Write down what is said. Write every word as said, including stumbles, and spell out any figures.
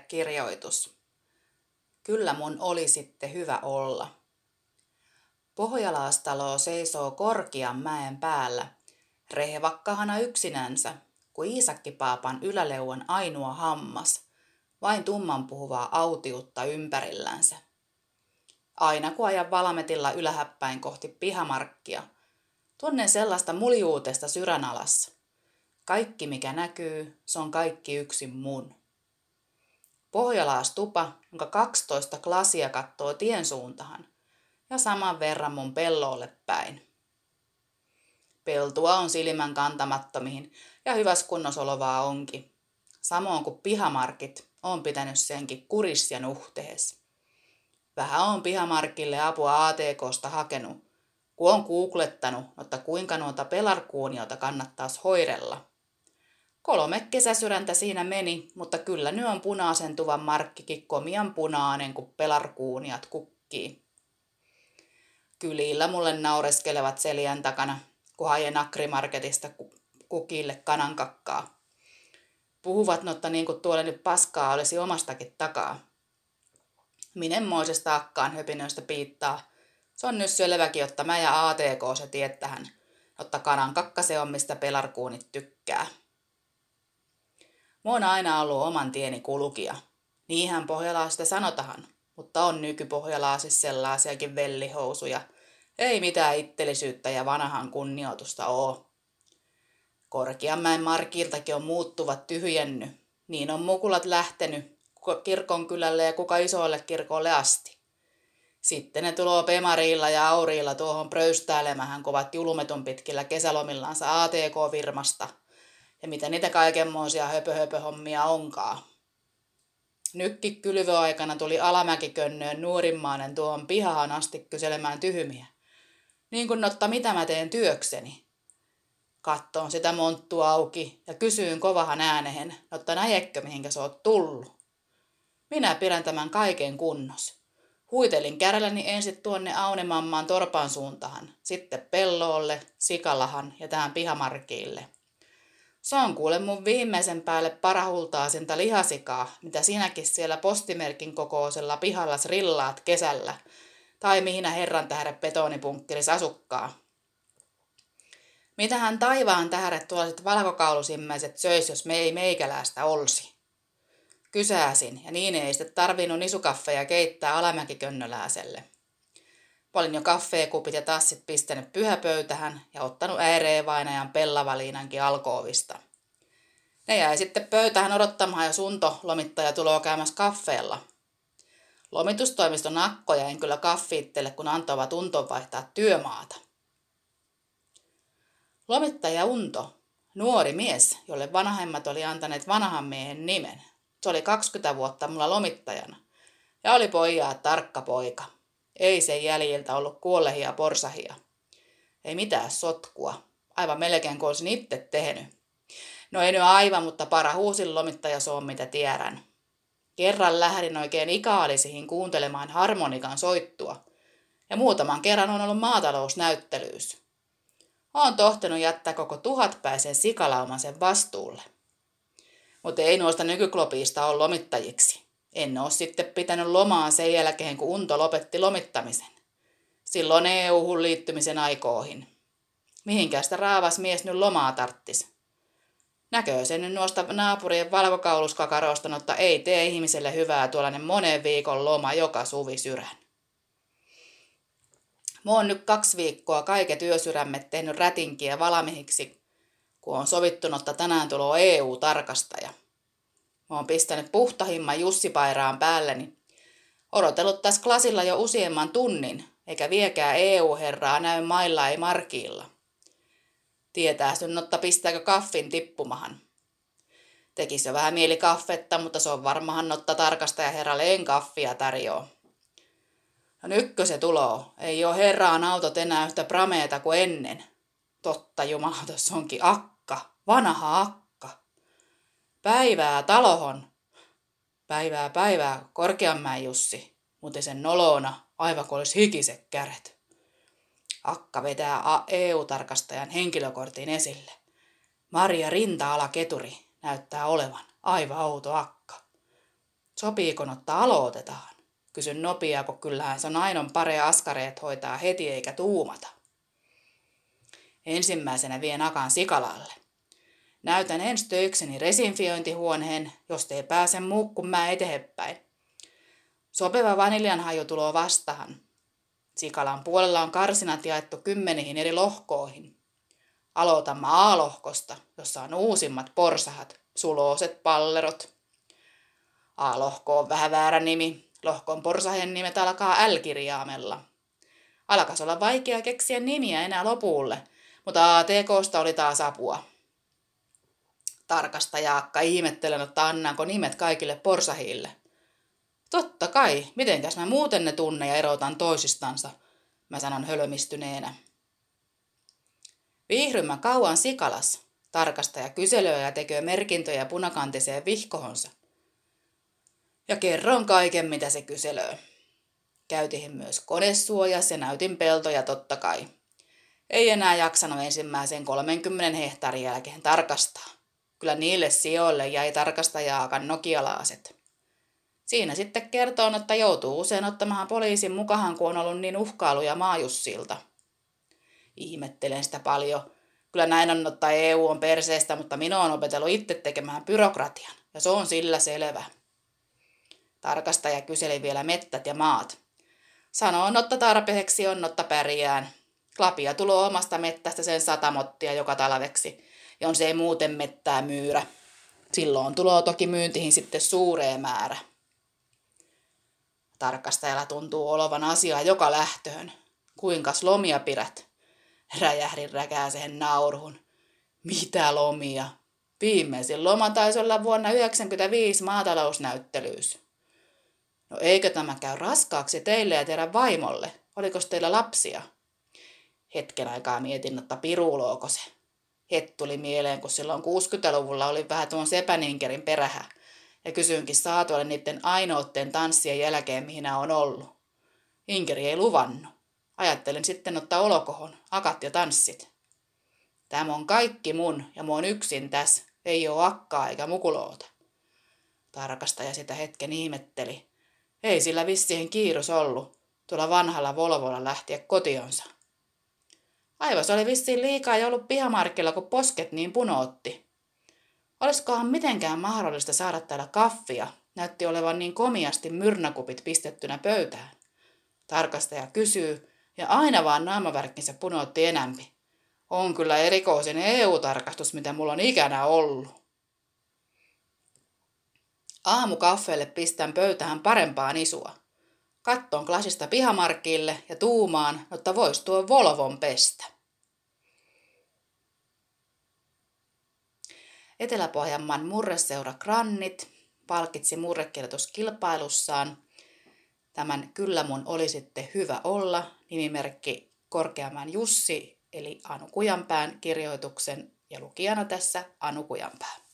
Taidekirjoitus. Kyllä mun oli sitten hyvä olla. Pohjalaastalo seisoo korkean mäen päällä, rehvakkahana yksinänsä, kuin Iisakkipaapan yläleuan ainoa hammas, vain tumman puhuvaa autiutta ympärillänsä. Aina kun ajan valametilla ylähäppäin kohti pihamarkkia, tunnen sellaista muljuutesta sydän alassa. Kaikki mikä näkyy, se on kaikki yksin mun. Pohjalaastupa, jonka kaksitoista klasia kattoo tien suuntaan, ja saman verran mun pellolle päin. Peltua on silmän kantamattomihin ja hyväs kunnos olovaa onkin. Samoin kuin pihamarkit on pitänyt senkin kuris ja nuhtees. Vähän on pihamarkille apua A T K:sta hakenut, kun on googlettanut, että kuinka noita pelarkuunioita kannattaisi hoidella. Kolme kesäsydäntä siinä meni, mutta kyllä nyt on punaisen tuvan markkikin komian punainen, kun pelarkuuniat kukkii. Kylillä mulle naureskelevat seljän takana, kun hajen Akrimarketista kukille kanankakkaa. Puhuvat notta niin kuin tuolle nyt paskaa olisi omastakin takaa. Minenmoisesta akkaan höpinöistä piittaa. Se on nyt selväkin, jotta mä ja A T K se tiettähän, jotta kanankakka se on, mistä pelarkuunit tykkää. Mä oon aina ollut oman tieni kulkija. Niinhän pohjalaisista sanotahan, mutta on nykypohjalaisissa sellaisiakin vellihousuja. Ei mitään ittelisyyttä ja vanhan kunnioitusta oo. Korkeanmäen markiltakin on muuttuvat tyhjenny. Niin on mukulat lähtenyt, kuka kirkon kylälle ja kuka isoille kirkolle asti. Sitten ne tuloo Pemariilla ja Auriilla tuohon pröystäilemähän kovat julmetun pitkillä kesälomillansa A T K-firmasta. Ja mitä niitä kaikenmoisia höpö-höpö-hommia onkaan. Nytkin kylvöaikana tuli Alamäkikönnöön nuorimmainen tuohon pihaan asti kyselemään tyhmiä. Niin kuin notta mitä mä teen työkseni. Kattoon sitä monttua auki ja kysyyn kovahan äänehen, notta näjekkö mihinkä sä oot tullut. Minä pidän tämän kaiken kunnos. Huitelin kärälläni ensin tuonne Aunemammaan torpan suuntaan, sitten Pelloolle, Sikalahan ja tähän pihamarkille. Se on kuule mun viimeisen päälle parahultaasinta lihasikaa, mitä sinäkin siellä postimerkin kokoisella pihalla rillaat kesällä, tai mihinä herran tähdet betonipunkkiris asukkaa. Mitähän taivaan tähdet tuollaiset valkokaulusimmäiset söis, jos me ei meikäläistä olsi? Kysäsin, ja niin ei sitten tarvinnut nisukaffeja keittää Alamäkikönnöläiselle. Olin jo kaffeekupit ja tassit pistänyt pyhäpöytähän ja ottanut ääreenvainajan pellavaliinankin alkoovista. Ne jäi sitten pöytähän odottamaan ja Sunto, lomittaja, tuloo käymässä kaffeella. Lomitustoimiston akkoja en kyllä kaffiittele, kun antava Unton vaihtaa työmaata. Lomittaja Unto, nuori mies, jolle vanhemmat oli antaneet vanhan miehen nimen. Se oli kaksikymmentä vuotta mulla lomittajana ja oli pojaa tarkka poika. Ei sen jäljiltä ollut kuollehia porsahia. Ei mitään sotkua. Aivan melkein kuin olisin itse tehnyt. No ei nyt aivan, mutta parahuusin lomittaja se on mitä tiedän. Kerran lähdin oikein ikaalisihin kuuntelemaan harmonikan soittua. Ja muutaman kerran on ollut maatalousnäyttelyys. Oon tohtinut jättää koko tuhatpäisen sikalauman sen vastuulle. Mutta ei noista nykyklopista ole lomittajiksi. En ole sitten pitänyt lomaa sen jälkeen, kun Unto lopetti lomittamisen. Silloin E U-hun liittymisen aikoihin. Mihinkään sitä raavas mies nyt lomaa tarttis. Näköö se nyt noista naapurien valkokauluskakaroista, mutta ei tee ihmiselle hyvää tuollainen monen viikon loma joka suvi syrän. Mä oon nyt kaksi viikkoa kaiket yösydämet tehnyt rätinkiä valamihiksi, kun on sovittunut, että tänään tulee E U-tarkastaja. Mä oon pistänyt puhtahimman Jussi-pairaan päälleni. Odotellut tässä klasilla jo useamman tunnin, eikä viekään E U-herraa näy mailla ei markiilla. Tietää synnotta pistääkö kaffin tippumahan. Tekis jo vähän mieli kaffetta, mutta se on varmahan notta tarkastaja herralle en kaffia tarjoa. No nytkö se tuloo? Ei oo herraan autot enää yhtä prameeta kuin ennen. Totta jumala, tossa onkin akka, vanha akka. Päivää talohon. Päivää päivää Korkeanmäen Jussi, mutta sen nolona aivan kuin olisi hikiset käret. Akka vetää E U-tarkastajan henkilökortin esille. Maria Rinta-ala keturi näyttää olevan aivan outo akka. Sopiiko, että aloitetaan? Kysyn nopeaa, kun kyllähän se on ainon parea askareet hoitaa heti eikä tuumata. Ensimmäisenä vien akan Sikalalle. Näytän ensi töikseni resinfiointihuoneen, josta ei pääse muu kuin mä eteenpäin. Sopiva vaniljanhaju tuloo vastahan. Sikalan puolella on karsinat jaettu kymmeniin eri lohkoihin. Aloitamme A-lohkosta, jossa on uusimmat porsahat, sulooset pallerot. A-lohko on vähän väärä nimi. Lohkon porsahen nimet alkaa L-kirjaimella. Alkaisi olla vaikea keksiä nimiä enää lopulle, mutta A T K:sta oli taas apua. Tarkastaja-akka ihmettelen, että annaanko nimet kaikille porsahille. Totta kai, mitenkäs mä muuten ne tunne ja erotan toisistansa, mä sanon hölmistyneenä. Viihrymä kauan Sikalas. Tarkastaja kyselöö ja tekee merkintöjä punakantiseen vihkohonsa. Ja kerron kaiken, mitä se kyselöö. Käytihin myös konesuojas ja näytin peltoja totta kai. Ei enää jaksanut ensimmäisen kolmenkymmenen hehtaarin jälkeen tarkastaa. Kyllä niille sijoille jäi tarkastajaakan nokialaaset. Siinä sitten kertoo, että joutuu usein ottamaan poliisin mukahan, kun on ollut niin uhkailuja maajussilta. Ihmettelen sitä paljon. Kyllä näin on, että E U on perseestä, mutta minä olen opetellut itse tekemään byrokratian, ja se on sillä selvä. Tarkastaja kyseli vielä mettät ja maat. Sanoo, että tarpeeksi on, että pärjään. Klapia tuloo omasta mettästä sen sata mottia joka talveksi, jos ei muuten mettää myyrä. Silloin tuloo toki myyntihin sitten suureen määrä. Tarkastajalla tuntuu olevan asiaa joka lähtöön. Kuinkas lomia pidät? Räjähdin räkääseen nauruhun. Mitä lomia? Viimeisin loma taisi olla vuonna yhdeksänkymmentäviisi maatalousnäyttelyys. No eikö tämä käy raskaaksi teille ja teidän vaimolle? Oliko teillä lapsia? Hetken aikaa mietin, että pirulooko se. Het tuli mieleen, kun silloin kuusikymmentäluvulla oli vähän tuon sepäninkerin perähä. Ja kysyinkin saatualle niiden ainoatteen tanssien jälkeen, mihin hän on ollut. Inkeri ei luvannut. Ajattelin sitten ottaa olokohon, akat ja tanssit. Tämä on kaikki mun ja mä oon yksin tässä. Ei oo akkaa eikä mukuloota. Tarkastaja sitä hetken ihmetteli. Ei sillä vissiin kiirus ollut. Tuolla vanhalla Volvolla lähtiä kotionsa. Aivas oli vissiin liikaa jo ollut pihamarkkilla, kun posket niin punootti. Olisikohan mitenkään mahdollista saada täällä kaffia? Näytti olevan niin komiasti myrnäkupit pistettynä pöytään. Tarkastaja kysyy, ja aina vaan naamavärkkinsä punootti enämpi. On kyllä erikoisin E U-tarkastus, mitä mulla on ikänä ollut. Aamukaffeelle pistän pöytähän parempaa nisua. Katton klasista pihamarkille ja tuumaan, että vois tuo Volvon pestä. Etelä-Pohjanmaan murreseura Grannit palkitsi murrekirjoituskilpailussaan tämän Kyllä mun oli sitten hyvä olla -nimimerkki Korkeamäen Jussi eli Anu Kujanpään kirjoituksen ja lukijana tässä Anu Kujanpää.